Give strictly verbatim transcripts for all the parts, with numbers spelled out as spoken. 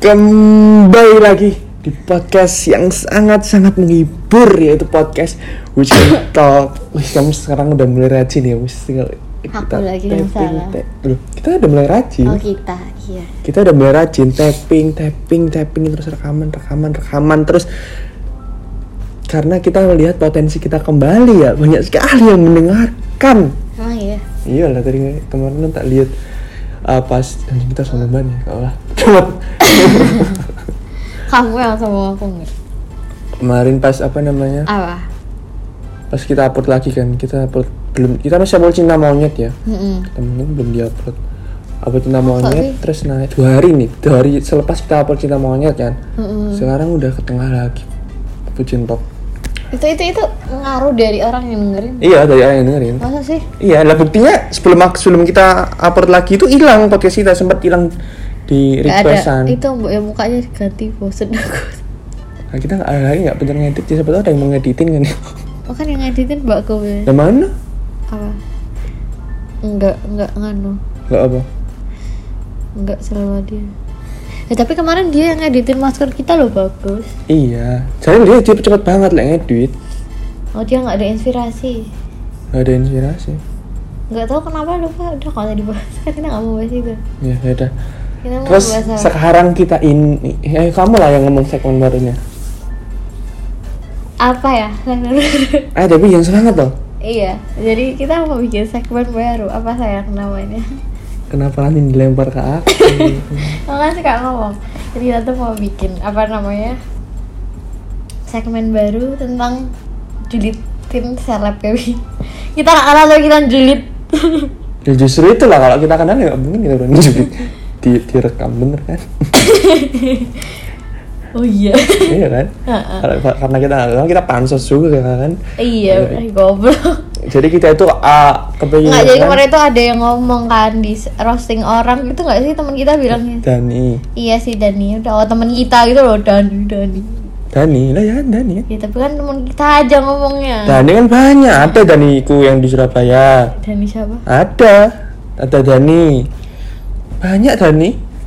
Kembali lagi di podcast yang sangat-sangat menghibur, yaitu podcast We Can Talk. Wih, kamu sekarang udah mulai rajin ya, wis tinggal aku lagi yang salah. te- Loh, kita udah mulai rajin. Oh kita, iya. Kita udah mulai rajin, tapping, tapping, tapping, terus rekaman, rekaman, rekaman, terus karena kita melihat potensi kita kembali ya, banyak sekali yang mendengarkan. Emang iya? Iya lah, tadi kemarin tak lihat uh, pas anjing kita sama ban ya, kau lah. Kamu yang sama aku nggak? Kemarin pas apa namanya? Apa? Pas kita upload lagi kan, kita upload belum, kita masih upload cinta monyet ya. Mm-mm. Kita mungkin belum diupload. Upload cinta Masa monyet, sih? terus naik dua hari nih, dua hari selepas kita upload cinta monyet kan. Mm-mm. Sekarang udah ke tengah lagi, Pucin Talk. Itu itu itu ngaruh dari orang yang dengerin. Iya, dari orang yang dengerin. Masa sih? Iya, lah buktinya sebelum sebelum kita upload lagi itu hilang podcast kita, sempat hilang di Gak ada. requestan. Itu yang mukanya ganti, bosen aku. Nah, kita nggak ada lagi nggak pintar ngedit, ya siapa tahu ada yang mau ngeditin kan? Oh kan yang ngeditin mbak gue. Yang mana? Apa? Enggak, enggak nganu. Nggak apa? Enggak selalu dia. Ya, tapi kemarin dia yang ngeditin masker kita loh, bagus. Iya, soalnya dia cepet cepet banget lah ngedit. Oh dia nggak ada inspirasi. Nggak ada inspirasi. Nggak tahu kenapa lupa. Udah kalau tadi bahas kan kita nggak mau bahas itu. Ya udah. Kita mau Terus bahas apa? sekarang kita ini, eh kamu lah yang ngomong segmen barunya. Apa ya? Eh tapi jangan semangat dong. Iya, jadi kita mau bikin segmen baru. Apa sayang namanya? Kenapa nanti dilempar ke aku? Makanya suka ngomong. Jadi kita tuh mau bikin apa namanya? Segmen baru tentang julitin seleb ya. Wi. Kita nggak kenal tapi kita julit. Ya justru itulah, kalau kita kenal ya nggak mungkin kita berani juga di direkam, bener kan? Oh iya. Iya kan? Kalau karena kita nggak kenal, kita pansos juga kan? Iya, Jadi- goblok. Jadi kita itu uh, kepengen Nggak, jadi kemarin tuh ada yang ngomong kan di roasting orang gitu nggak sih, teman kita bilangnya. Dani, Iya sih Dani, udah oh, teman kita gitu loh, Dani Dani. Dani lah ya Dani ya. Ya tapi kan teman kita aja ngomongnya. Dani kan banyak, ada Daniku yang di Surabaya. Dani siapa? Ada, ada Dani. Banyak Dani.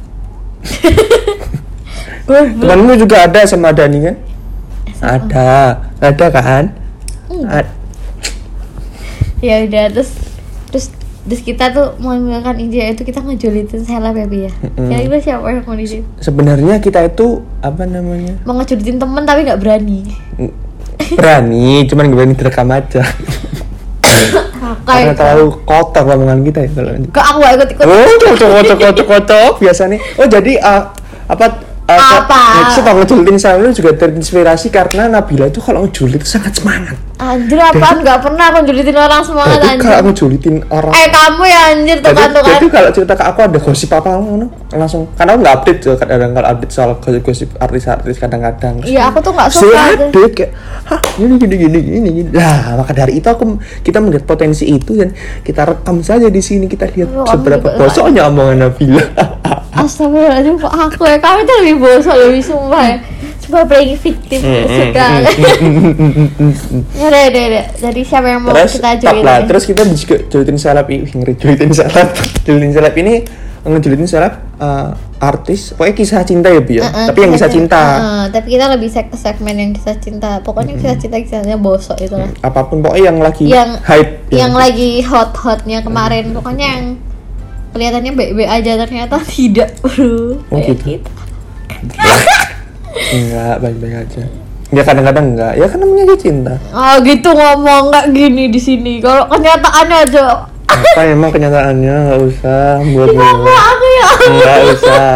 Temanmu juga ada sama Dani kan? Ada, ada kan? Ad- Ya udah, terus terus terus kita tuh mau menggunakan ide itu kita ngejulitin seleb ya Bi ya. Kira-kira siapa yang mau di Sebenarnya kita itu apa namanya? mau ngejulitin temen tapi nggak berani. Berani, cuman gak berani direkam aja. Karena Kayak terlalu kotor omongan kita ya kalau. kok aku gak ikut ikut. Oh, kocok kocok kocok kocok biasa nih. Oh jadi uh, apa? Uh, Apa? Maksud kalau ngejulitin saya itu juga terinspirasi karena Nabila itu kalau ngejulit itu sangat semangat. Anjir apaan, nggak pernah aku ngejulitin orang semangat Jadi anjir. kalau ngejulitin orang, Eh kamu ya anjir tuh jadi, kan tuh kan. jadi kalau cerita ke aku ada gosip apa ngono langsung, karena aku nggak update tuh kadang kalau update soal gosip artis-artis kadang-kadang. Iya aku tuh nggak suka Saya aja. update kayak, hah gini gini gini gini gini. Lah maka dari itu aku kita melihat potensi itu dan kita rekam saja di sini, kita lihat Aduh, seberapa aku juga- bosoknya omongan Nabila. Astagfirullahaladzim, kok aku ya, kami tuh lebih bosok lebih sumpah ya. Coba playing victim suka. Ya udah udah udah. Jadi siapa yang mau Terus kita top lah, julitin? terus kita juga julitin seleb ini, ngeri julitin seleb, julitin seleb ini ngejulitin seleb uh, artis, pokoknya kisah cinta ya Bi ya, Uh-uh, tapi yang kisah cinta, Uh, tapi kita lebih sek ke segmen yang kisah cinta. Pokoknya kisah cinta kisahnya bosok itu lah. apapun pokoknya yang lagi Yang hype, yang lagi hot-hotnya kemarin. Pokoknya yang kelihatannya baik-baik aja ternyata tidak, bro. Oh, Kayak gitu. gitu. enggak baik-baik aja. Ya kadang-kadang enggak, ya kan namanya aja cinta. Ah gitu ngomong nggak gini di sini. Kalau kenyataannya aja. Apa emang kenyataannya, nggak usah buat Kenapa aku ya? nggak usah,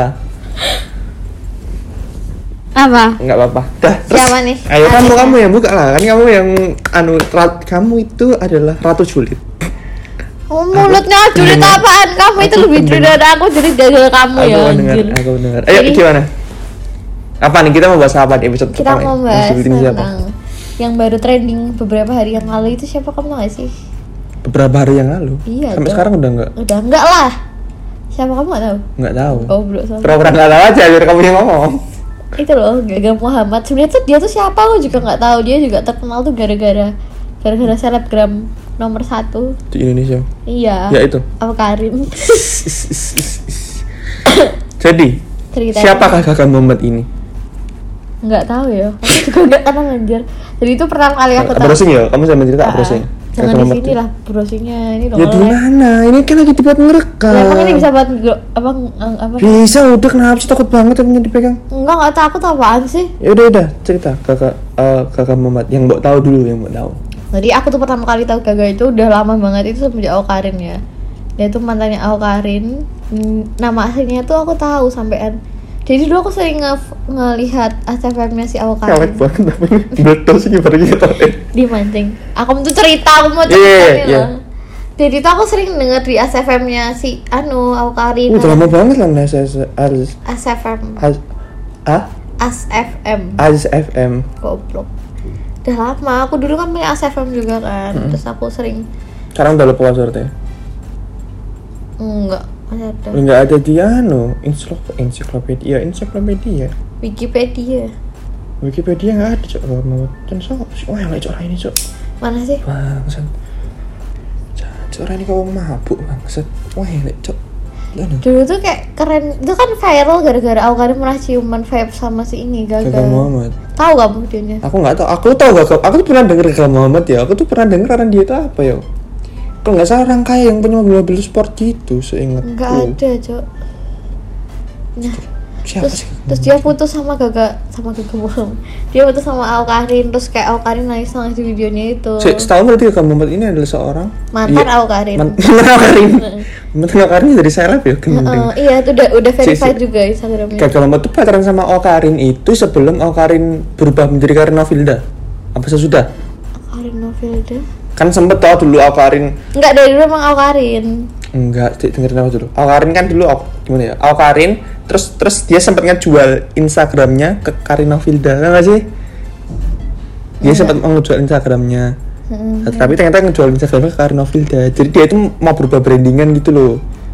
Apa? nggak apa-apa. Dah, terus Siapa nih? ayo kamu Artisnya? kamu yang buka lah, kan kamu yang anu rat, kamu itu adalah ratu julid. Oh, mulutnya julit pendengar. apaan? Kamu itu Aku lebih julit pendengar. dari aku julit dari kamu Aku ya mendengar, anjir. aku mendengar. Ayo Jadi- gimana? Apa nih, kita mau bahas apa di episode Kita pertama mau ini? bahas Julitin siapa? tentang yang baru trending beberapa hari yang lalu itu siapa, kamu tau gak sih? Beberapa hari yang lalu. Iya, Sampai dong. sekarang udah enggak? Udah enggak lah. Siapa, kamu gak tahu? Enggak tahu. Goblok sama. Pura-pura enggak tahu aja biar kamu yang ngomong. Itu loh, Gaga Muhammad. Sebenarnya tuh dia tuh siapa aku juga nggak tahu. Dia juga terkenal tuh gara-gara gara-gara selebgram nomor satu Di Indonesia. iya Ya itu. Al Karim. Jadi Ceritanya Siapakah Gaga Muhammad ini? nggak tahu ya, aku juga nggak tahu anjir. Jadi itu pertama kali aku tahu. Browsing ya, kamu sama cerita Ah, browsing. jangan di sini lah browsingnya ini dong. Ya di mana? Ini kan lagi dibuat ngerekam. Lah, emang ini bisa buat gro- apa ng- apa? Bisa, udah kenapa sih takut banget tapi dipegang? Enggak, enggak tahu, aku tahu apaan sih. Ya udah udah cerita Kakak uh, Kakak Muhammad yang mbok tahu dulu yang mbok tahu. Jadi aku tuh pertama kali tahu Gaga itu udah lama banget, itu semenjak Awkarin ya. Dia tuh mantannya Awkarin. Hmm, nama aslinya tuh aku tahu sampean. Jadi dulu aku sering nge- ngelihat A C V M-nya si Awkarin. Kelek banget tapi betul sih baru gitu. Dimancing. Aku tuh cerita, aku mau cerita Iya, nih iya. loh. Jadi tuh aku sering denger di A C V M-nya si anu Awkarin. Udah lama banget lah nah saya harus A C V M. Az ah A C F M. Az F M. Goblok. Udah lama, aku dulu kan punya A C V M juga kan. Hmm. Terus aku sering Sekarang udah lupa passwordnya. enggak masih ada. Enggak ada di anu, ensiklop- ensiklopedia, ensiklopedia. Wikipedia. Wikipedia enggak ada, Cok. Muhammad. Dan so, wah yang lagi orang ini, Cok. Mana sih? Bangsat. Cok, orang ini kau mabuk, bangsat. Wah yang lagi, Cok. Mana? Dulu tuh kayak keren, itu kan viral gara-gara Awkarin pernah ciuman vibe sama si ini Gaga. Gaga Muhammad. Tahu kamu videonya? Aku nggak tahu. Aku tahu Gaga. Aku tuh pernah denger Gaga Muhammad ya. Aku tuh pernah denger karena dia itu apa ya? Kalau nggak salah orang kaya yang punya mobil-mobil sport gitu, seingatku. Enggak ada, Cok. Nah, Siapa terus sih? terus dia putus sama Gaga sama Gaga Muhammad. Dia putus sama Awkarin, terus kayak Awkarin nangis nangis di videonya itu. Se- Setahu berarti Gaga Muhammad ini adalah seorang Mantan iya, Awkarin. man- Mantan Awkarin. Mantan Awkarin dari seleb ya, gendeng. Heeh, iya, itu udah udah Si- verified si- juga Instagramnya. Gaga Muhammad tuh pacaran sama Awkarin itu sebelum Awkarin berubah menjadi Karina Filda. Apa sesudah? Awkarin Novelda. Kan sempet tau dulu Awkarin. Enggak, dari dulu emang Awkarin. Enggak, Cik, dengerin apa dulu. Awkarin kan dulu Aw- gimana ya? Awkarin terus terus dia sempat ngejual Instagramnya ke Karina Filda, kan nggak sih? Dia Enggak. sempat mengejual Instagramnya. Heeh. Nah, tapi ternyata ngejual Instagramnya ke Karina Filda. Jadi dia itu mau berubah brandingan gitu loh.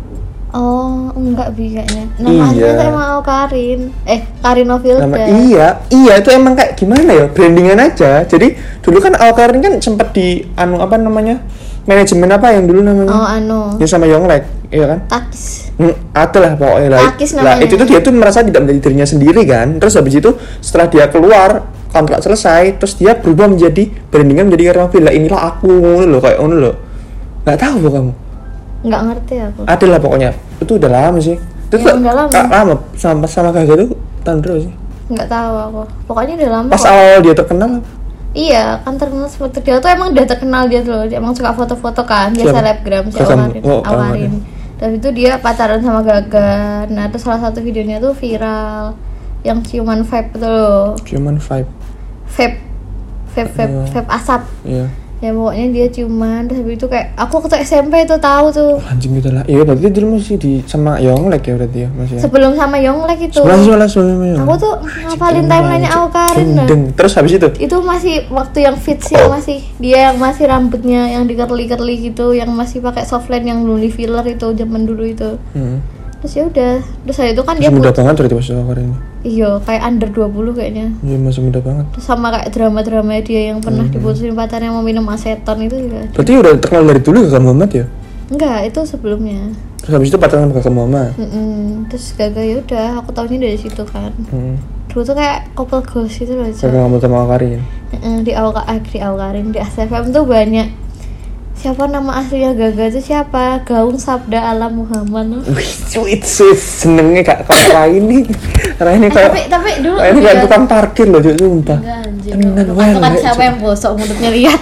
Oh, enggak bi kayaknya. Iya. Nama aslinya tuh emang Awkarin. Eh, Karin Novelda. Nama, iya, iya itu emang kayak gimana ya? Brandingan aja. Jadi dulu kan Awkarin kan sempat di anu apa namanya? Manajemen apa yang dulu namanya? Oh, anu. Ya sama Yonglek, iya kan? Takis. Hmm, ada lah pokoknya lah. Takis Lah namanya. itu tuh dia tuh merasa tidak menjadi dirinya sendiri kan. Terus habis itu setelah dia keluar kontrak selesai, terus dia berubah menjadi brandingan menjadi Karena Villa. Inilah aku ngono loh, kayak ngono loh. Enggak tahu loh kamu. Enggak ngerti aku. Ada lah pokoknya. Itu udah lama sih. Itu Ya, tuh udah lama. ah, lama sama sama Gaga tuh tahun berapa sih? Enggak tahu aku. Pokoknya udah lama. Pas kok. awal dia terkenal Iya, kan terkenal seperti dia tuh emang udah terkenal dia tuh. Dia emang suka foto-foto kan, dia Siapa? selebgram si Gaga- Awkarin. oh, Awkarin. Dan itu dia pacaran sama Gaga. Nah, terus salah satu videonya tuh viral yang ciuman vape itu loh. cuman vibe. Vape vape vape, Iya. vape asap. Iya. Ya pokoknya dia ciuman, terus habis itu kayak aku waktu S M P tuh tahu tuh. Anjing gitu lah. Iya berarti dulu masih di sama Yonglek ya berarti ya masih. Ya? Sebelum sama Yonglek itu. Sebelah sebelah sebelah. Aku tuh ngapalin timeline-nya Awkarin lah. Gendeng. Terus habis itu Itu masih waktu yang fits yang masih dia yang masih rambutnya yang di curly-curly gitu, yang masih pakai softline yang belum di filler itu zaman dulu itu. Hmm. Terus ya udah, terus saya itu kan Masih dia muda put- banget berarti pas Awkarin ini. iya kayak under dua puluh kayaknya. Iya masih muda banget. Terus sama kayak drama-drama dia yang pernah Hmm. diputusin pacarnya mau minum aseton itu juga ada. Berarti udah terkenal dari dulu Gaga Muhammad ya? Enggak, itu sebelumnya. Terus habis itu pacaran sama Gaga Muhammad. Mm-mm. Terus Gaga ya udah, aku tahunya dari situ kan. Hmm. Dulu tuh kayak couple ghost gitu loh. Gaga Muhammad sama Awkarin. Heeh, di Awka eh, di Awkarin di A C V M tuh banyak. Siapa nama aslinya Gaga tuh siapa? Gaung Sabda Alam Muhammad. Wih, sweet sweet senengnya kak kalau lain nih. Raine Eh, kayak tapi tapi dulu Raine kayak juga- tukang parkir loh, Cuk, sumpah. Enggak anjir. Tenan Bukan wae, bukan Lek, siapa Cuk. yang bosok mulutnya lihat.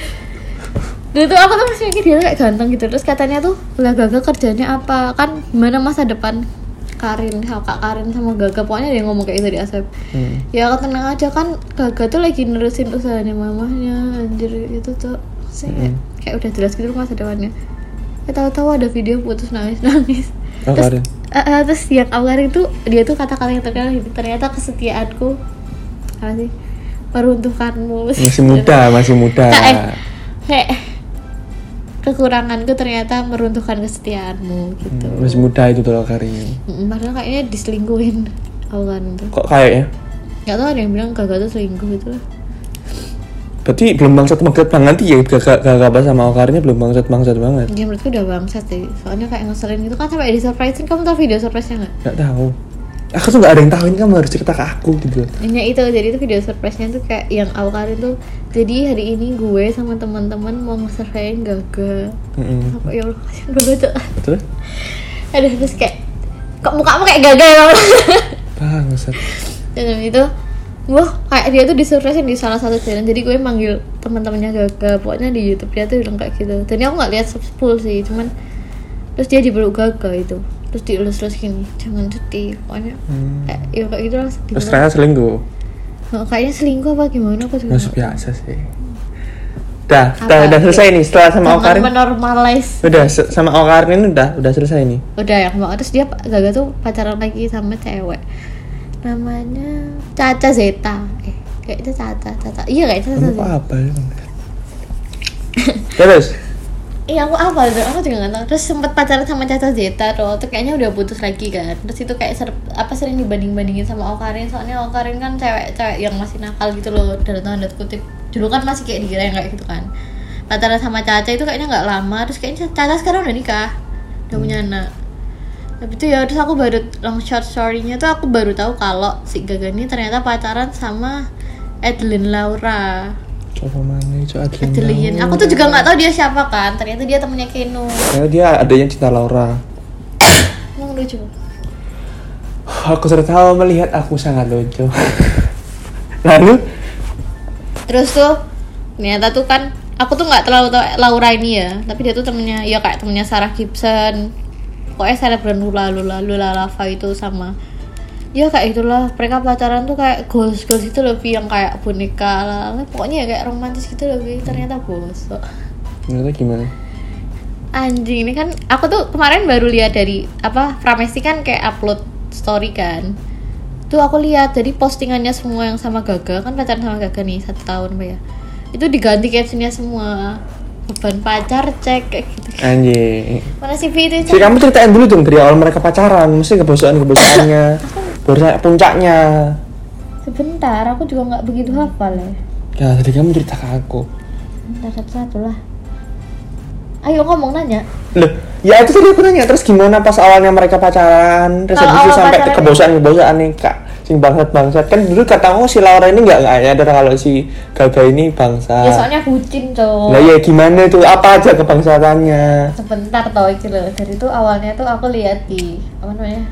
Dulu tuh aku tuh masih mikir dia tuh kayak ganteng gitu. Terus katanya tuh lah Gaga kerjanya apa? Kan gimana masa depan Karin, sama Kak Karin sama Gaga. Pokoknya dia ngomong kayak gitu di A S F. Hmm. Ya tenang aja kan Gaga tuh lagi nerusin usahanya mamahnya. Anjir itu tuh sih Hmm. kayak udah jelas gitu masa depannya. Ya tahu-tahu ada video putus nangis-nangis. Awkarin. Terus, uh, uh, terus yang Awkarin itu dia tuh kata-kata yang terkenal gitu. Ternyata kesetiaanku apa sih? Meruntuhkanmu. Masih muda, masih muda. Kayak kayak kekuranganku ternyata meruntuhkan kesetiaanmu gitu. Hmm, masih muda itu tuh Awkarin. Mm, Padahal kayaknya diselingkuhin Awkarin tuh. Kok kayaknya? Gak tau ada yang bilang Gaga tuh selingkuh gitu lah. Berarti belum bangsat bangsat banget ya Gaga Gaga apa sama Awkarinnya belum bangsat bangsat banget. Ya menurutku udah bangsat sih. Soalnya kayak ngeselin gitu kan sampai di surprisein. Kamu tau video surprise-nya gak? Gak tahu. aku tuh nggak ada yang tahu, ini kamu harus cerita ke aku gitu. Ya itu, jadi itu video surprise-nya tuh kayak yang awal itu. Jadi hari ini gue sama teman-teman mau nge-surveyin Gaga. Mm-hmm. Apa ya Allah, kasihan Gaga tuh. Terus? Aduh, terus kayak kok mukamu kayak Gaga ya Allah. Bangsat. Dan itu wah kayak dia tuh disurprisein di salah satu channel. Jadi gue manggil teman-temannya Gaga, pokoknya di YouTube dia tuh bilang kayak gitu. Dan aku nggak lihat full sih, cuman terus dia dipeluk Gaga itu, terus dielus-elus gini, jangan sedih, pokoknya hmm. kayak ya kayak gitu lah. Terus ternyata selingkuh. Oh, kayaknya selingkuh apa gimana aku juga Masih biasa sih. Udah, udah, udah selesai nih setelah sama Okarin. Menormalize. Udah sama Okarin ini udah, udah selesai nih. Udah yang mau terus dia Gaga tuh pacaran lagi sama cewek. Namanya Caca Zeta. Eh, kayaknya Caca, Caca. Iya kayaknya Caca. Kamu apa ya? Terus? Iya aku apa tuh? Aku juga nggak tahu. Terus sempet pacaran sama Caca Zeta tuh, tuh kayaknya udah putus lagi kan. Terus itu kayak ser- apa sering dibanding-bandingin sama Okarin, soalnya Okarin kan cewek-cewek yang masih nakal gitu loh, dalam tanda kutip. Dulu kan masih kayak dikira yang kayak gitu kan. Pacaran sama Caca itu kayaknya nggak lama, terus kayaknya Caca sekarang udah nikah, udah punya anak. Tapi itu ya, terus aku baru long short story-nya tuh aku baru tahu kalau si Gaga ini ternyata pacaran sama Adeline Laura. Coba mana itu Adeline? Adeline. Aku tuh juga nggak tahu dia siapa kan. Ternyata dia temennya Keno. Ternyata dia adanya Cinta Laura. Emang lucu. Aku sudah tahu melihat aku sangat lucu. Lalu? Terus tuh ternyata tuh kan aku tuh nggak terlalu tahu Laura ini ya. Tapi dia tuh temennya ya kayak temennya Sarah Gibson. Pokoknya selebgram Lula Lula Lula Lava itu sama ya kayak itulah, mereka pacaran tuh kayak goals goals itu lebih yang kayak boneka lala, pokoknya ya kayak romantis gitu lebih. Ternyata bosok. Ternyata gimana? Anjing, ini kan aku tuh kemarin baru lihat dari apa Pramesti kan kayak upload story kan. Tuh aku lihat jadi postingannya semua yang sama Gaga, kan pacaran sama Gaga nih satu tahun Mbak ya. Itu diganti captionnya semua. Beban pacar cek kayak gitu. Anjing. Mana sih itu? Si kamu ceritain dulu dong dari awal mereka pacaran, mesti kebosokan-kebosokannya. Baru puncaknya. Sebentar, aku juga nggak begitu hafal ya. Ya, tadi kamu cerita ke aku. Bentar satu-satu lah. Ayo ngomong nanya. Loh, ya itu tadi aku nanya, terus gimana pas awalnya mereka pacaran, terus habis itu sampai ke kebosokan-kebosokan nih kak, sing bangsat-bangsat. Kan dulu katamu si Laura ini nggak nggak ada kalau si Gaga ini bangsa. Ya soalnya bucin tuh. Lah ya gimana tuh, apa aja kebangsatannya? Sebentar toh itu loh. Dari itu awalnya tuh aku lihat di apa namanya?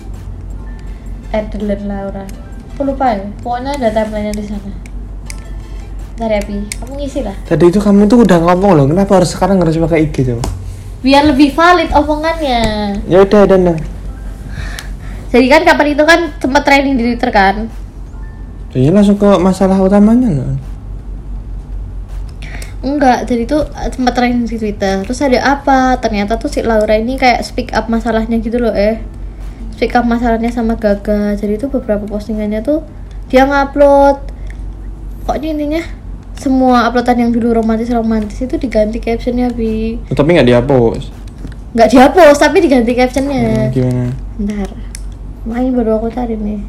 Adeline Laura. Aku lupa ya. Pokoknya ada timeline-nya di sana. Bentar ya, Pi. Kamu ngisi lah. Tadi itu kamu tuh udah ngomong loh, kenapa harus sekarang harus pakai I G tuh? Biar lebih valid omongannya. Ya udah, udah, udah. Jadi kan kapan itu kan sempat trending di Twitter kan? Jadi langsung ke masalah utamanya loh. Enggak, jadi tuh sempat trending di Twitter. Terus ada apa? Ternyata tuh si Laura ini kayak speak up masalahnya gitu loh, eh. Speak up masalahnya sama Gaga. Jadi tuh beberapa postingannya tuh dia ngupload. Pokoknya intinya semua uploadan yang dulu romantis-romantis itu diganti captionnya, Bi. Oh, tapi nggak dihapus? Nggak dihapus, tapi diganti captionnya. Hmm, gimana? Bentar, makanya baru aku cari nih.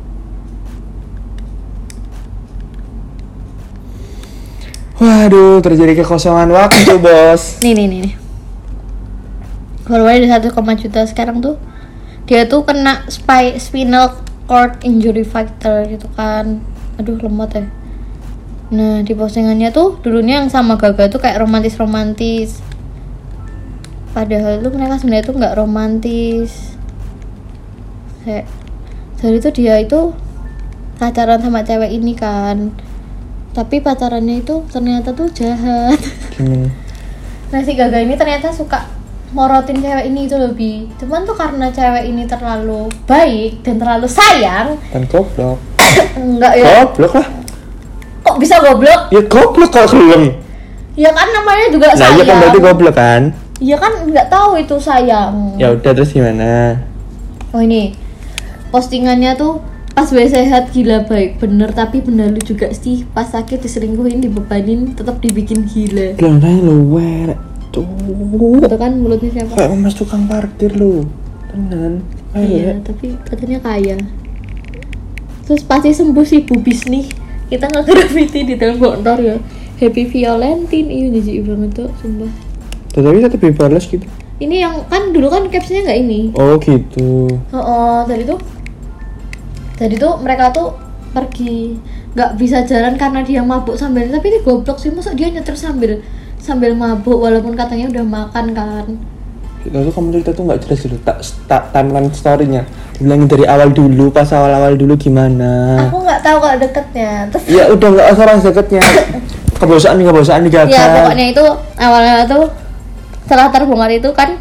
Waduh, terjadi kekosongan waktu, bos. Nih, nih, nih, nih. Followernya ada satu koma juta sekarang tuh. Dia tuh kena spy, spinal cord injury factor gitu kan. Aduh, lemot ya. Nah, di postingannya tuh dulunya yang sama Gaga tuh kayak romantis-romantis. Padahal tuh mereka sebenarnya tuh nggak romantis. Kayak jadi tuh dia itu pacaran sama cewek ini kan. Tapi pacarannya itu ternyata tuh jahat. Gimana? Nah, si Gaga ini ternyata suka morotin cewek ini itu lebih. Cuman tuh karena cewek ini terlalu baik dan terlalu sayang. Kan goblok. Enggak ya. Goblok lah. Kok bisa goblok? Ya goblok kalau belum. Ya kan namanya juga Nah, sayang. iya kan berarti goblok kan? Iya kan nggak tahu itu sayang. Ya udah, terus gimana? Oh ini postingannya tuh pas bayi sehat gila baik bener, tapi bener lu juga sih pas sakit diselingkuhin dibebanin tetap dibikin gila. Gelandang lu werek tuh. Itu kan mulutnya siapa? Kayak mas tukang parkir lu. Tenan. Iya, tapi katanya kaya. Terus pasti sembuh si bubis nih. Kita nggak graffiti di dalam motor ya. Happy Valentine, iya jijik banget tuh, sumpah. Tapi tetap dibalas gitu. Ini yang kan dulu kan captionnya nggak ini. Oh gitu. Oh, oh tadi tuh Jadi tuh mereka tuh pergi nggak bisa jalan karena dia mabuk sambil, tapi ini goblok sih, masa dia nyetir sambil sambil mabuk walaupun katanya udah makan kan. Lalu kamu cerita tuh nggak jelas dulu, tak tak timeline story-nya bilangin dari awal dulu, pas awal-awal dulu gimana. Aku nggak tahu kalau deketnya. Terus ya udah nggak usah orang deketnya. Kebosaan nih, kebosaan nih gagal. Ya pokoknya itu awalnya tuh setelah terbongkar itu kan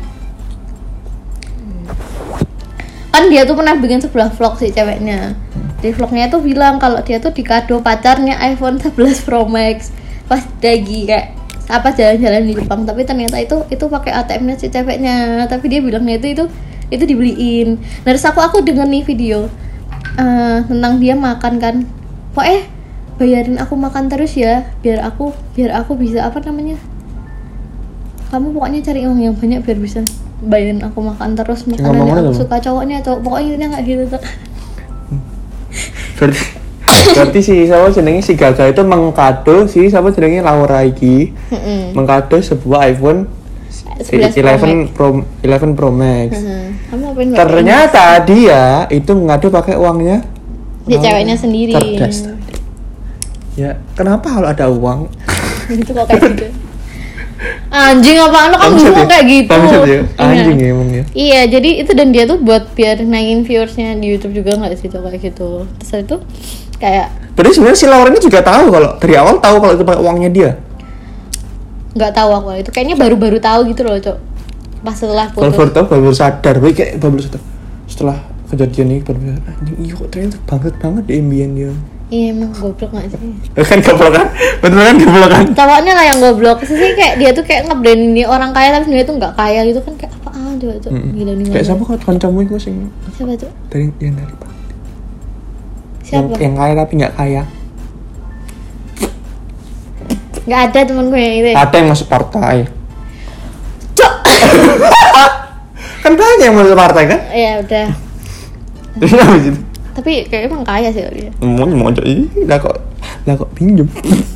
kan dia tuh pernah bikin sebuah vlog si ceweknya. Di vlognya tuh bilang kalau dia tuh dikado pacarnya iPhone sebelas Pro Max pas lagi kayak apa jalan-jalan di Jepang, tapi ternyata itu itu pakai A T M-nya si ceweknya, tapi dia bilangnya itu itu itu dibeliin. Nah, terus aku aku denger nih video uh, tentang dia makan kan, kok eh bayarin aku makan terus ya biar aku biar aku bisa apa namanya, kamu pokoknya cari uang yang banyak biar bisa bayarin aku makan terus makanan yang aku suka cowoknya atau pokoknya intinya nggak gitu tuh. Berarti, berarti si siapa jenenge si Gaga itu mengkado si siapa jenenge Laura iki mm-hmm. mengkado sebuah iPhone eleven Pro eleven Pro Max. Mm-hmm. Ternyata dia itu mengadu pakai uangnya si ceweknya sendiri. Cerdas. Ya, kenapa kalau ada uang? Itu kok kayak gitu. Anjing apaan lo kan ngomong kayak gitu. Ya? Anjing ya emang ya. Iya, jadi itu dan dia tuh buat biar naikin viewersnya di YouTube juga nggak sih kayak gitu. Terus itu kayak. Berarti sebenarnya si Laura ini juga tahu kalau dari awal tahu kalau itu pakai uangnya dia. Nggak tahu aku itu kayaknya baru-baru tahu gitu loh, Cok. Pas setelah putus. Baru tahu, baru sadar, baik kayak baru sadar. Setelah kejadian ini baru sadar. Anjing, iya kok ternyata banget banget di ambience dia. Iya emang goblok gak sih? Kan goblok kan? Betul kan goblok kan? Cowoknya lah yang goblok sih, kayak dia tuh kayak nge-branding dia orang kaya tapi dia tuh gak kaya gitu kan, kayak apaan coba tuh mm-hmm. Gila nih. Kayak siapa kan kancamu itu sing? Siapa tuh? Dari yang dari Pak. Siapa? Yang, yang kaya tapi gak kaya. Gak ada temen gue yang itu. Ada yang masuk partai. Cok. Kan banyak yang masuk partai kan? Iya udah. Terus apa sih? Tapi kayaknya emang kaya sih dia. Mau mau aja ih, lah kok lah kok pinjem.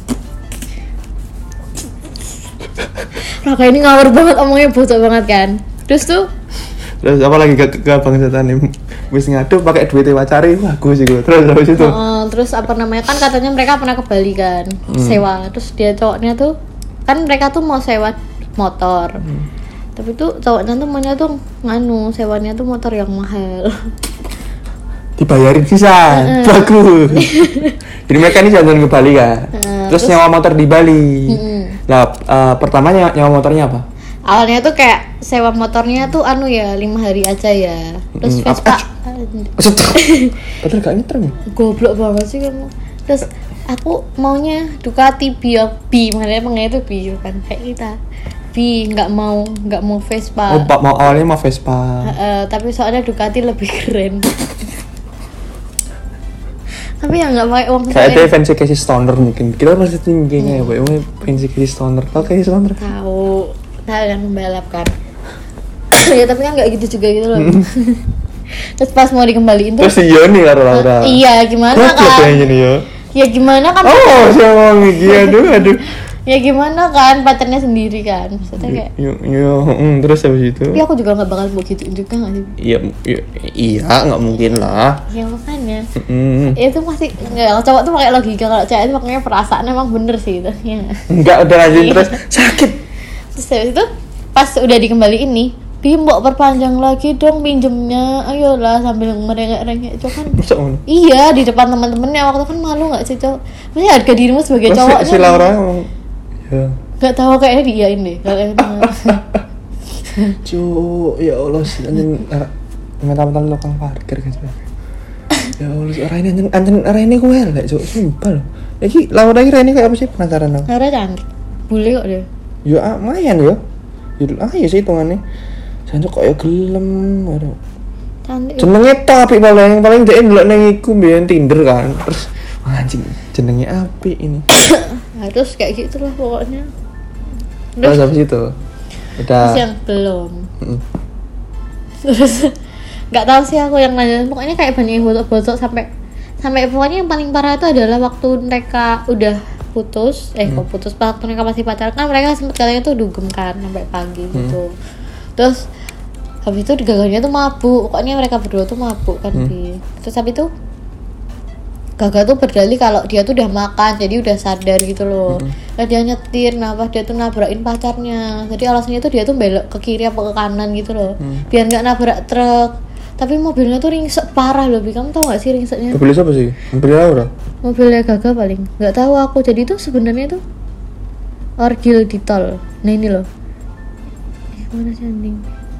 Raka ini ngawur banget omongnya, bocor banget kan. Terus tuh terus apa lagi ke, ke bangsatan ini wis ngadu pakai duit pacari, bagus sih gue. Terus habis itu. Uh, terus apa namanya kan katanya mereka pernah ke Bali kan, hmm. sewa. Terus dia cowoknya tuh kan mereka tuh mau sewa motor. Hmm. Tapi tuh cowoknya tuh maunya tuh nganu, sewanya tuh motor yang mahal. Dibayarin sisa, uh. bagus. Jadi mereka ini jalan ke Bali kan, uh, terus, terus nyawa motor di Bali. Uh-uh. Nah, uh, pertama nyawa, nyawa motornya apa? Awalnya tuh kayak sewa motornya tuh anu ya lima hari aja ya. Terus hmm, Vespa. Padahal gak nyetrem. Goblok banget sih kamu. Terus aku maunya Ducati B, B makanya pengen itu B kan kayak kita. B nggak mau nggak mau Vespa. Oh, mau awalnya mau Vespa. Uh, uh, tapi soalnya Ducati lebih keren. Tapi ya nggak pakai uang. Kayak ada fancy Casey Stoner mungkin. Kita pasti tingginya ya, Pak. Emang fancy Casey Stoner. Tahu Casey Stoner? Tahu. Tahu yang membalap kan. Ya tapi kan nggak gitu juga gitu loh. Terus pas mau dikembaliin tuh. Terus iya nih karo Laura. Uh, iya gimana kan? Ya. ya gimana kan? Oh, siapa ngomong aduh aduh. Ya gimana kan pacarnya sendiri kan, maksudnya kayak yo yo mm, terus habis itu tapi aku juga nggak bakal begitu juga nggak sih? Iya iya nggak mungkin lah ya makanya mm. itu masih nggak, cowok tuh pakai logika, kalau cewek itu makanya perasaan emang bener sih itu ya nggak udah lanjut terus sakit. Terus habis itu pas udah dikembaliin nih, Bimbo perpanjang lagi dong pinjemnya, ayolah sambil merengek-rengek itu kan. Iya di depan teman-temannya, waktu kan malu nggak sih cowok? Maksudnya harga dirimu sebagai cowok si Laura ya. Gak tahu kayaknya diiyain deh kalau cu ya Allah sih anjing mentang-mentang lokal parkir kan. Ya Allah orang ini anjing anjing orang ini gue lah cu sumpah loh. Lagi Laura kira ini kayak apa sih, penasaran aku. Laura cantik bule kok dia. Ya lumayan yo. Ah ya sih hitungannya. Jangan kok ya gelem aduh. Cantik. Jenenge tapi paling paling dhek ndelok nang iku mbiyen Tinder kan. Terus anjing jenenge apik ini. Nah, terus kayak gitu lah pokoknya. Terus habis itu udah. Terus yang belum. Mm. Terus nggak tahu sih aku yang nanya. Pokoknya kayak banyak yang bocok-bocok sampai sampai pokoknya yang paling parah itu adalah waktu mereka udah putus, eh mm. kok putus waktu mereka masih pacaran kan mereka sempet katanya tuh dugem kan sampai pagi mm. gitu. Terus habis itu gagalnya tuh mabuk. Pokoknya mereka berdua tuh mabuk kan mm. di. Terus habis itu Gaga tuh berdalih kalau dia tuh udah makan, jadi udah sadar gitu loh. Mm-hmm. Nah, dia nyetir, nah pas dia tuh nabrakin pacarnya. Jadi alasannya tuh dia tuh belok ke kiri apa ke kanan gitu loh, mm. biar nggak nabrak truk. Tapi mobilnya tuh ringsek parah loh, Bi. Kamu tau gak sih ringseknya? Mobilnya siapa sih? Mobilnya Laura? Mobilnya Gaga paling. Gak tahu aku. Jadi tuh sebenarnya tuh orgil di tol. Nah ini loh. Eh, mana sih anjing?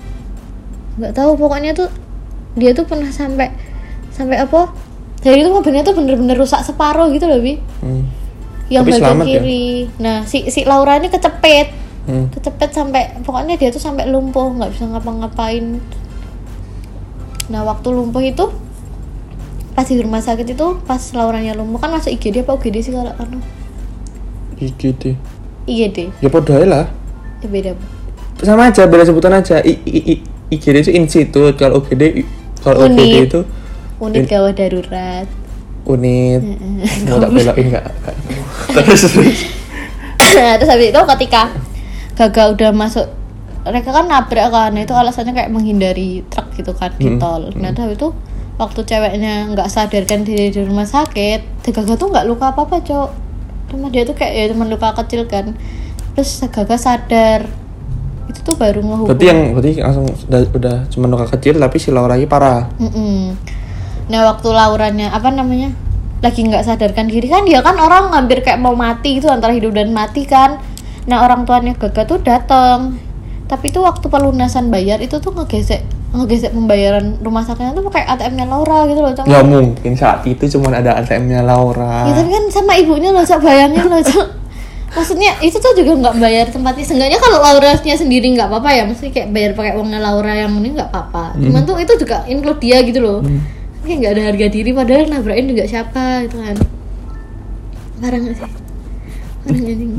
Gak tahu. Pokoknya tuh dia tuh pernah sampai sampai apa? Jadi tuh mobilnya tuh bener-bener rusak separuh gitu loh, Bi. Hmm. Yang bagian kiri. Ya? Nah si si Laura ini kecepet, hmm. kecepet sampai pokoknya dia tuh sampai lumpuh, nggak bisa ngapa-ngapain. Nah waktu lumpuh itu pas di rumah sakit itu pas Lauranya lumpuh kan masuk I G D apa U G D sih kalau anu? I G D. I G D. Ya podo lah. Ya beda. Sama aja, beda sebutan aja. I, I, I, I G D itu institut, kalau U G D kalau U G D itu unit gawat darurat. Unit. Mau tak belokin enggak? Terus nah, terus habis itu ketika Gaga udah masuk, mereka kan nabrak kan, itu alasannya kayak menghindari truk gitu kan di tol. Hmm. Nah tapi itu waktu ceweknya nggak sadarkan diri di rumah sakit, Gaga tuh nggak luka apa apa cok, cuma dia tuh kayak ya cuma luka kecil kan. Terus Gaga sadar, itu tuh baru ngehukum. Berarti yang berarti langsung udah, udah cuma luka kecil tapi si Laura lagi parah. Mm-mm. Nah waktu Lauranya apa namanya lagi nggak sadarkan diri kan, dia kan orang hampir kayak mau mati itu, antara hidup dan mati kan. Nah orang tuanya Gaga tuh datang. Tapi itu waktu pelunasan bayar itu tuh ngegesek ngegesek pembayaran rumah sakitnya tuh pakai A T M-nya Laura gitu loh. Ya mungkin saat itu cuma ada A T M-nya Laura. Ya tapi kan sama ibunya loh, Cok, bayangin loh, Cok. Maksudnya itu tuh juga nggak bayar tempatnya. Seenggaknya kalau Lauranya sendiri nggak apa-apa ya, mesti kayak bayar pakai uangnya Laura yang ini nggak apa-apa. Hmm. Cuman tuh itu juga include dia gitu loh. Hmm. Kayak nggak ada harga diri, padahal nabrakin juga siapa gitu kan. Parah nggak sih? Parah nggak sih?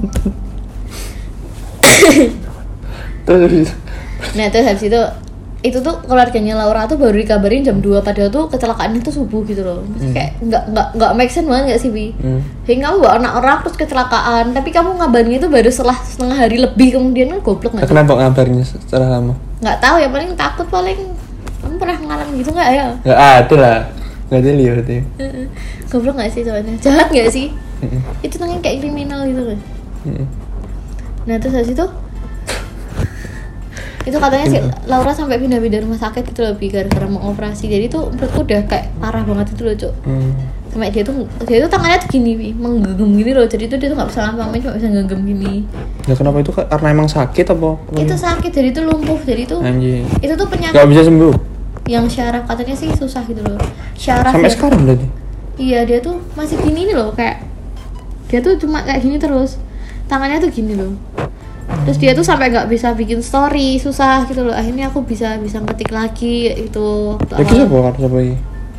Terus nah terus habis itu itu tuh keluarganya Laura tuh baru dikabarin jam dua, padahal tuh kecelakaannya tuh subuh gitu loh. Maksudnya hmm. kayak nggak nggak nggak make sense banget nggak sih, Bi? Hmm. Jadi kamu bawa anak orang terus kecelakaan, tapi kamu ngabarinnya tuh baru setelah setengah hari lebih kemudian, kan goblok nggak? Kenapa ngabarinnya secara lama? Nggak tahu ya, paling takut paling. Kamu pernah ngalamin gitu nggak ya? Nggak ada lah, nggak ada lihat berarti. Goblok nggak sih soalnya? Jahat nggak sih? Hmm. Itu namanya kayak kriminal gitu kan? Hmm. Nah terus habis itu itu katanya sih Laura sampai pindah-pindah rumah sakit gitu loh, gara-gara mau operasi. Jadi tuh menurutku udah kayak parah banget itu loh, Cok. Hmm. Sampai dia tuh dia tuh tangannya tuh gini, Bi, menggenggam gini loh. Jadi tuh dia tuh nggak bisa ngapa-ngapain, cuma bisa genggam gini. Ya kenapa itu? Karena emang sakit apa? Itu sakit, jadi tuh lumpuh. Jadi tuh anjing. Itu tuh penyakit nggak bisa sembuh. Yang syaraf katanya sih susah gitu loh. Syaraf sampai ya. Sekarang berarti? Iya, dia tuh masih gini nih loh, kayak dia tuh cuma kayak gini terus. Tangannya tuh gini loh. Terus dia tuh sampai nggak bisa bikin story, susah gitu loh. Akhirnya aku bisa bisa ngetik lagi itu. Ya siapa kan siapa ini?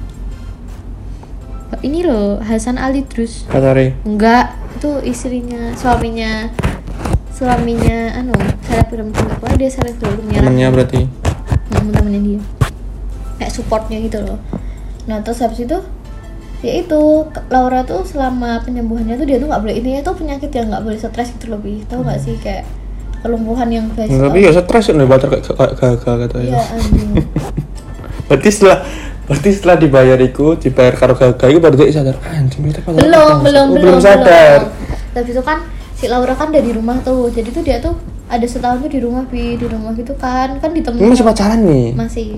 Ini loh Hasan Ali Drus. Katari. Enggak, itu istrinya, suaminya, suaminya, anu, selebgram juga. Dia selebgram temennya berarti. Temen-temennya dia. Kayak supportnya gitu loh. Nah terus habis itu ya itu Laura tuh selama penyembuhannya tuh dia tuh nggak boleh, ini tuh penyakit yang nggak boleh stres gitu loh, Bi. Tahu nggak sih kayak kelumpuhan yang biasa. Tapi ya stres udah bater kayak gagal katanya. Iya anjing. Berarti setelah berarti setelah dibayar iku, dibayar karo gagal itu baru dia sadar anjing itu belum belum oh, belum belum sadar. Tapi itu kan si Laura kan udah di rumah tuh, jadi tuh dia tuh ada setahun tuh di rumah, Bi, di rumah gitu kan kan ditemuin. Masih pacaran nih? Masih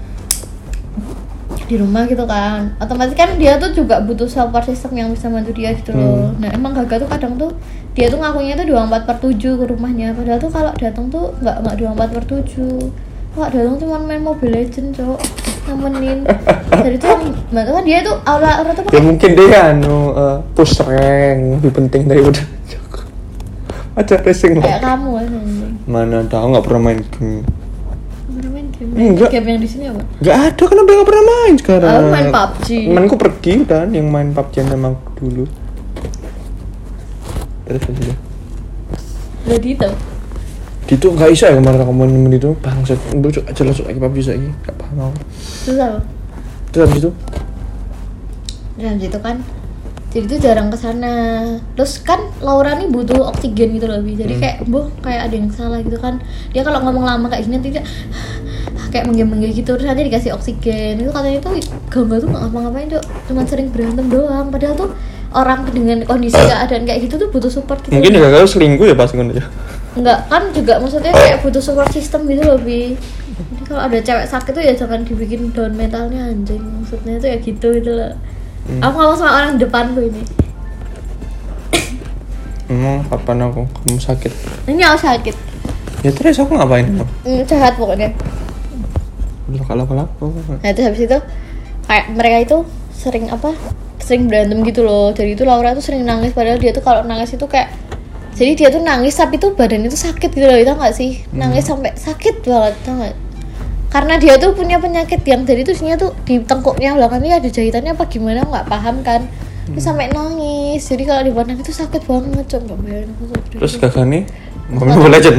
di rumah gitu kan, otomatis kan dia tuh juga butuh support system yang bisa bantu dia gitu loh. Hmm. Nah emang Gaga tuh kadang tuh dia tuh ngakunya tuh dua puluh empat per tujuh ke rumahnya, padahal tuh kalau datang tuh nggak nggak dua puluh empat per tujuh. Kalau datang cuma main Mobile Legends, Cok, nemenin. Jadi tuh yang kan dia tuh aura aura tuh ya mungkin dia anu uh, push rank lebih penting daripada aja racing lah. Kayak kamu kan. Mana tahu, nggak pernah main game. Enggak. Game yang di sini apa? Enggak ada, kan udah enggak pernah main sekarang. Aku main P U B G. Temanku pergi dan yang main P U B G sama dulu. Terus aja. Jadi itu. Itu enggak bisa ya kemarin kamu nemen itu. Bangsat, lucu aja langsung lagi P U B G lagi. Enggak paham aku. Terus apa? Terus habis itu? Dan gitu kan. Jadi tuh jarang kesana. Terus kan Laura nih butuh oksigen gitu loh, Bi. Jadi hmm. kayak, boh kayak ada yang salah gitu kan. Dia kalau ngomong lama kayak gini nanti dia kayak menggih-menggih gitu, terus nanti dikasih oksigen. Itu katanya tuh Gangga tuh nggak ngapa-ngapain tuh, cuma sering berantem doang. Padahal tuh orang dengan kondisi keadaan kayak gitu tuh butuh support gitu. Mungkin juga kalau selingkuh ya pas ngono ya. Enggak kan juga maksudnya kayak butuh support system gitu loh Bi. Jadi kalau ada cewek sakit tuh ya jangan dibikin down mentalnya anjing. Maksudnya tuh ya gitu gitu loh. Hmm. Aku ngomong sama orang depan tuh ini. Emang kapan aku kamu sakit? Ini aku sakit. Ya terus aku ngapain? Hmm, jahat pokoknya. Belum kalau kalau aku. Nah terus habis itu kayak mereka itu sering apa? Sering berantem gitu loh. Jadi itu Laura tuh sering nangis padahal dia tuh kalau nangis itu kayak jadi dia tuh nangis tapi tuh badannya tuh sakit gitu loh, tau gak sih? Nangis hmm. sampai sakit banget, tau gak? Karena dia tuh punya penyakit yang jadi tuh sebenarnya tuh di tengkuknya belakangnya ada jahitannya apa gimana nggak paham kan? Terus sampai nangis. Jadi kalau di badan itu sakit banget, coba bayangin aku. Terus kakak nih Mobile Legend.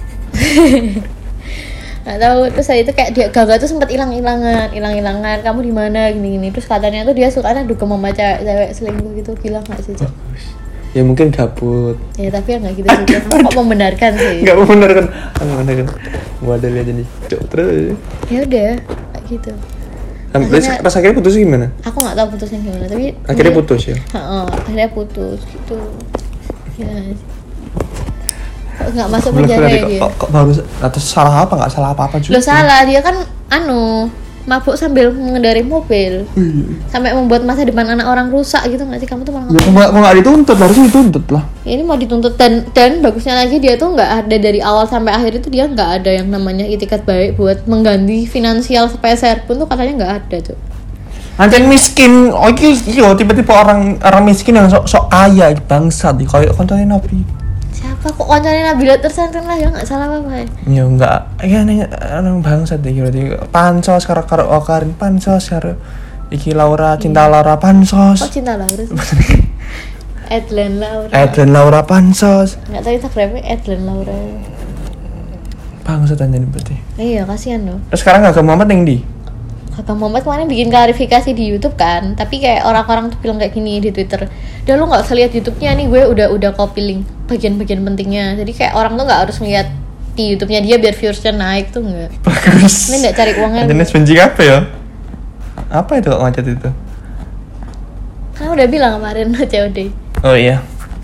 Nggak tahu. Terus saya itu kayak dia Gaga tuh sempat hilang-hilangan, hilang-hilangan. Kamu di mana gini-gini. Terus katanya tuh dia sukanya dukung sama cewek-cewek selingkuh gitu. Gila nggak sih, Cok? Ya mungkin gabut. Ya tapi ya nggak gitu juga. Kok membenarkan sih? Nggak membenarkan. Membenarkan. Gua ada lihat nih. Cok terus. Ya udah, kayak gitu. Akhirnya, pas akhirnya putus gimana? Aku nggak tahu putusnya gimana, tapi akhirnya putus ya. Heeh, akhirnya putus gitu. Ya. Kok nggak masuk penjara ya dia? Kok, kok baru atau salah apa? Nggak salah apa-apa juga. Lo salah, dia kan anu mabuk sambil mengendarai mobil, hmm. sampai membuat masa depan anak orang rusak gitu nggak sih? Kamu tuh malah ya, kok nggak dituntut, harusnya dituntut lah. Ya, ini mau dituntut dan dan bagusnya lagi dia tuh nggak ada dari awal sampai akhir itu dia nggak ada yang namanya itikat baik buat mengganti finansial sepeser pun tuh katanya nggak ada tuh. Anjing miskin, oh iya tiba-tiba orang orang miskin yang sok sok kaya bangsat di kayak kontoin Nabi. Siapa kok konconya Nabila tersantun lah ya nggak salah apa ya? Ya enggak, ya nanya orang bangsat deh gitu. Pansos karo karo Okarin pansos karo iki Laura cinta Laura pansos. Oh cinta Laura sih. Edlen Laura. Edlen Laura pansos. Nggak tahu Instagramnya Edlen Laura. Bangsat aja nih berarti. Iya kasihan loh. Terus sekarang nggak ke Muhammad yang di? Kakak Muhammad kemarin bikin klarifikasi di YouTube kan, tapi kayak orang-orang tuh bilang kayak gini di Twitter. Dan lu nggak usah lihat YouTube-nya nih, gue udah udah copy link bagian-bagian pentingnya. Jadi kayak orang tuh nggak harus ngeliat di YouTube-nya dia biar viewersnya naik tuh nggak. Bagus. Ini nggak cari uangnya. Jenis benci apa ya? Apa itu kok macet itu? Kan udah bilang kemarin C O D. Oh iya.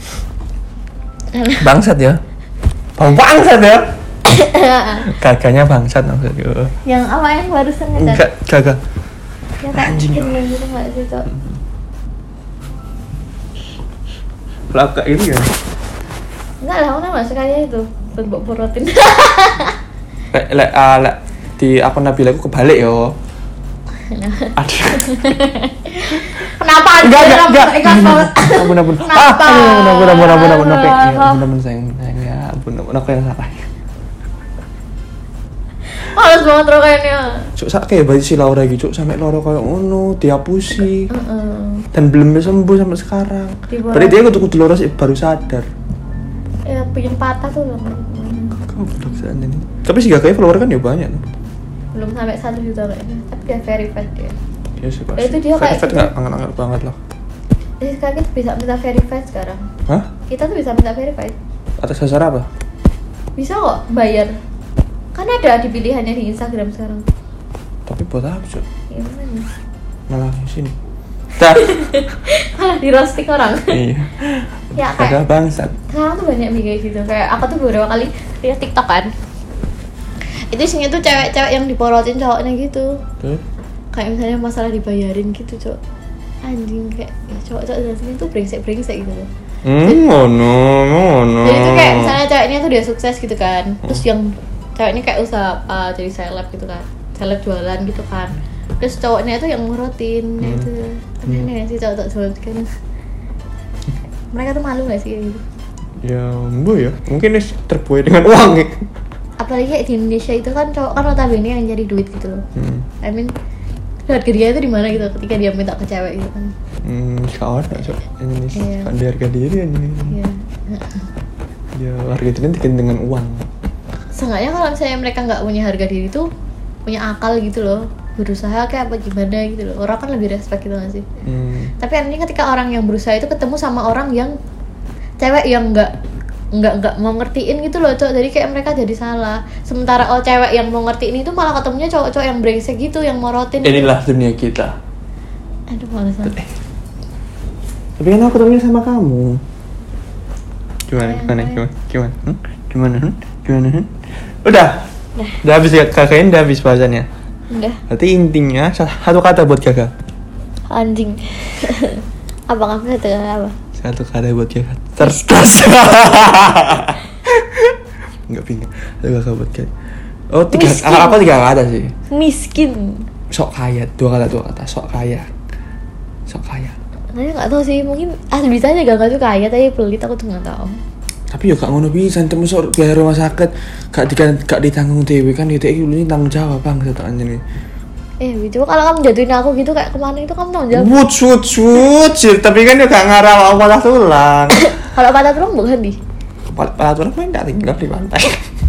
Bangsat ya. Bang bangsat ya. Gaganya bangsat maksudnya. Yang apa yang barusan ngecat? Enggak, gagah. Ya kayak anjing gitu nggak sih Cok? Pelaka ini ya? Enggak lah, aku nama sekali itu untuk protein. Lek lek lek di akun Nabila aku kebalik yo. Aduh. Kenapa enggak enggak enggak ikhlas banget? Ampun ampun. Ah, ampun ampun ampun ampun ampun ampun. Ya ampun ampun sayang sayang ya ampun ampun aku yang salah. Halus banget rokoknya. Cuk sak kayak baju si Laura gitu, sampai Laura kayak ngono, dihapusi. Uh-uh. Dan belum bisa sembuh sampai sekarang. Berarti dia kudu-kudu Laura baru sadar. Ya pengen patah tuh loh. Kau blok sana nih. Tapi si Gagai follower kan ya banyak. Belum sampai satu juta kayaknya. Tapi dia verified dia. Ya sih pasti. Ya, itu dia kayak verified enggak angkat-angkat banget lah. Jadi sekarang kita bisa minta verified sekarang. Hah? Kita tuh bisa minta verified. Atas dasar apa? Bisa kok bayar. Kan ada di pilihannya di Instagram sekarang. Tapi buat apa Cuk? Ya mana? Malah di sini. Dah. Malah di roasting orang. Iya. Ya kayak bangsat. Sekarang tuh banyak kayak gitu. Kayak aku tuh beberapa kali lihat TikTok kan. Itu isinya tuh cewek-cewek yang diporotin cowoknya gitu. Tuh. Kayak misalnya masalah dibayarin gitu, Cok. Anjing kayak ya, cowok-cowok dari sini tuh brengsek-brengsek gitu loh. Hmm, oh no, oh no. Jadi tuh kayak misalnya ceweknya tuh dia sukses gitu kan. Terus yang ceweknya kayak usaha apa jadi seleb gitu kan, seleb jualan gitu kan. Terus cowoknya itu yang ngurutin hmm. itu aneh sih cowok-cowok sekarang. Mereka tuh malu nggak sih kayak gitu? Ya bu ya, mungkin terbuai dengan uang ya. Apalagi kayak di Indonesia itu kan cowok kan notabene yang cari duit gitu loh. Hmm. I mean harga dia itu di mana gitu ketika dia minta ke cewek gitu kan. Hmm, kau ada cowok Indonesia yeah. Kan dia harga diri ini. Iya. Dia harga diri dikin dengan uang. Seenggaknya kalau misalnya mereka nggak punya harga diri tuh punya akal gitu loh, berusaha kayak apa gimana gitu loh, orang kan lebih respect gitu nggak sih? Hmm. Tapi artinya ketika orang yang berusaha itu ketemu sama orang yang cewek yang nggak nggak nggak mau ngertiin gitu loh cowok, jadi kayak mereka jadi salah. Sementara oh cewek yang mau ngertiin itu malah ketemunya cowok-cowok yang brengsek gitu, yang morotin. Inilah gitu. Dunia kita. Aduh males banget. Tapi kan aku temenin sama kamu. Gimana gimana gimana gimana hmm? gimana hmm? gimana hmm? Udah Udah. Udah habis ya, kakaknya udah habis bahasannya. Udah. Berarti intinya satu kata buat kakak. Anjing. Apa kamu satu kata apa? Satu kata buat kakak. Cerdas. Enggak bingung. Satu kata buat kakak. Oh tiga. Miskin. Aku tiga kata sih. Miskin. Sok kaya. Dua kata dua kata. Sok kaya. Sok kaya. Saya nggak tahu sih, mungkin ah bisanya gak tuh kaya tapi pelit, aku tuh nggak tahu. Tapi ya gak ngono pisan, temu sok biaya rumah sakit gak di, gak ditanggung dewe kan itu iki tanggung jawab bang satu anjene. Eh, coba kalau kamu jatuhin aku gitu kayak kemarin itu kamu tanggung jawab. Wut wut wut, tapi kan ya gak ngarah patah tulang. Kalau patah tulang bukan di. Patah tulang main gak tinggal di pantai.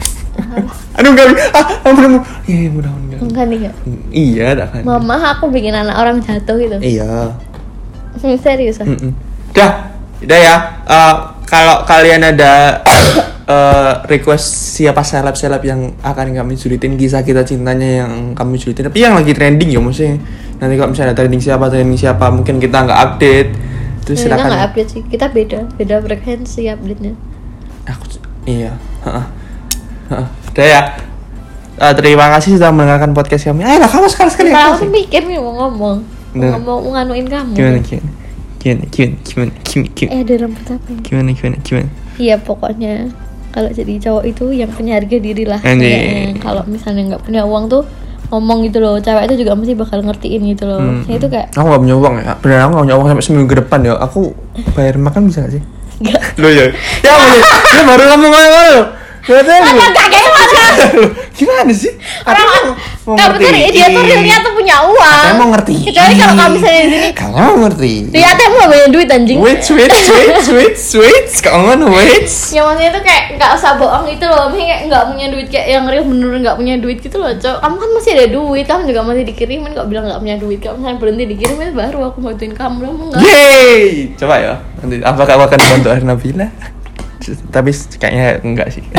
Aduh enggak, ah ampun. Iya, mudah-mudahan. Enggak nih enggak. Iya, dah kan. Mama aku bikin anak orang jatuh gitu. Iya. Serius ah? Mm-mm. Udah, udah ya. Uh, kalau kalian ada uh, request siapa seleb-seleb yang akan kami julitin, kisah kita cintanya yang kami julitin, tapi yang lagi trending ya maksudnya. Nanti kalau misalnya ada trending siapa, trending siapa, mungkin kita nggak update. Terus Ya, silakan. kita nggak update sih, kita beda, beda frekuensi update-nya. Aku, iya. Heeh. Heeh. Udah ya. Uh, terima kasih sudah mendengarkan podcast kami. Ayolah kamu sekali-sekali. Kalau aku tuh mikir nih mau ngomong. Nah. Mau mau nganuin kamu. Gimana gimana? Gimana gimana gimana gimana gimana Eh ada rambut apa ya? gimana gimana gimana? Iya pokoknya kalau jadi cowok itu yang punya harga diri lah. Anjing. Kayaknya. Kalau misalnya nggak punya uang tuh ngomong gitu loh, cewek itu juga mesti bakal ngertiin gitu loh. Hmm. Saya itu kayak Aku gak punya uang ya, beneran aku gak punya uang sampai seminggu ke depan ya. Aku bayar makan bisa gak sih? nggak. Lo ya? Ya ya baru kamu ngomong-ngomong. Gimana Apa kayak mana? Gimana sih? Orang mau kamu tuh dia tuh realnya tuh punya uang. Katanya mau ngerti. Kecuali kalau kamu misalnya di sini, Kamu mau ngerti. dia tuh mau banyak duit anjing. Wait, wait, wait, wait, wait. Kamu wait. Ya maksudnya tuh kayak nggak usah bohong itu loh, maksudnya kayak nggak punya duit kayak yang real bener nggak punya duit gitu loh, cowok. Kamu kan masih ada duit, kamu juga masih dikirimin, nggak bilang nggak punya duit. Kamu misalnya berhenti dikirimin baru aku bantuin kamu, kamu nggak. Yeay, coba ya. Nanti apakah kamu akan bantu Nabila? Tapi kayaknya enggak sih.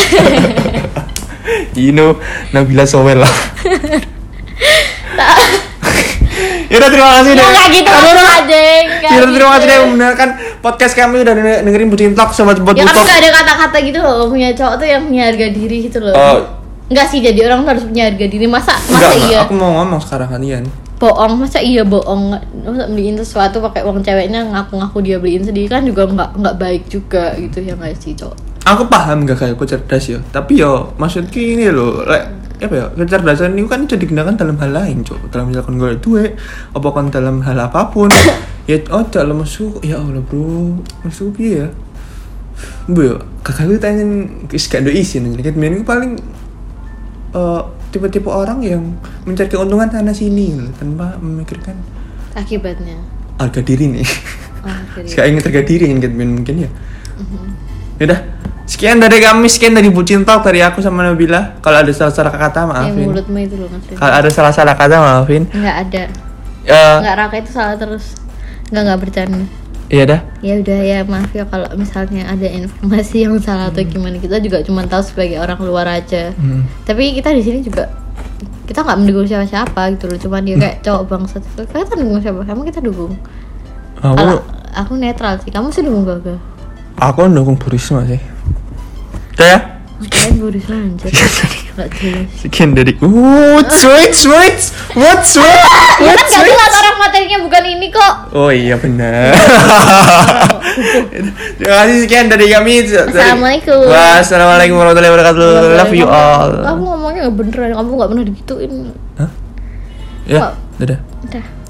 You know, Nabila Sowel lah. Yaudah terima kasih deh. Nggak gitu kamu anjing. Yaudah terima kasih deh mendengarkan podcast kami, udah dengerin Bucin Talk sobat buat Ya kan butok. nggak ada kata-kata gitu loh, punya cowok tuh yang punya harga diri gitu loh. Oh. Enggak sih, jadi orang tuh harus punya harga diri. Masa masa Enggak, iya aku mau ngomong sekarang kalian. bohong, masa iya bohong, masa beliin sesuatu pakai uang ceweknya ngaku-ngaku dia beliin sendiri kan juga nggak nggak baik juga gitu ya nggak sih cowok. Aku paham gak kayak aku cerdas ya, tapi yo maksudku ini loh, like, apa ya, kecerdasan itu kan bisa digunakan dalam hal lain, cok. Dalam misalkan gue duit, apa kan dalam hal apapun. Ya oh dalam masuk, ya Allah bro, masuk ya. Bu ya, kakak gue tanya, is gak ada isi nih, kan ini paling uh, tipe-tipe orang yang mencari keuntungan sana sini loh, tanpa memikirkan Akibatnya. harga diri nih. Oh, jadi. Sekarang ingin harga diri kan mungkin ya. Mhm. Yaudah, sekian dari kami, sekian dari Bucin Talk, dari aku sama Nabila. Kalau ada salah-salah kata Eh, maafin. mulutmu itu loh ngerti. Kalau ada salah-salah kata maafin. Nggak ada. Ya, Nggak, Raka itu salah terus. Nggak nggak bercanda. iya dah. Ya udah ya, maaf ya kalau misalnya ada informasi yang salah atau gimana, kita juga cuma tahu sebagai orang luar aja. Hmm. Tapi kita di sini juga kita nggak mendukung siapa-siapa gitu loh, cuman dia kayak cowok bangsat itu. Kita dukung siapa? Kamu kita dukung. Aku, Kalau aku netral sih, kamu sih dukung Gaga. aku dukung Bu Risma sih. Udah ya? Kalian boris lanjut. Nggak jelas. Sekian dari What sweet sweet What sweet Ya What kan gak sweet jelas orang materinya bukan ini kok. Oh iya benar. Terima kasih, sekian dari kami. Assalamualaikum. Wassalamualaikum warahmatullahi wabarakatuh. Love you all. Kamu ngomongnya nggak beneran, kamu nggak pernah digituin. Hah? Ya, Kok? dadah. Udah.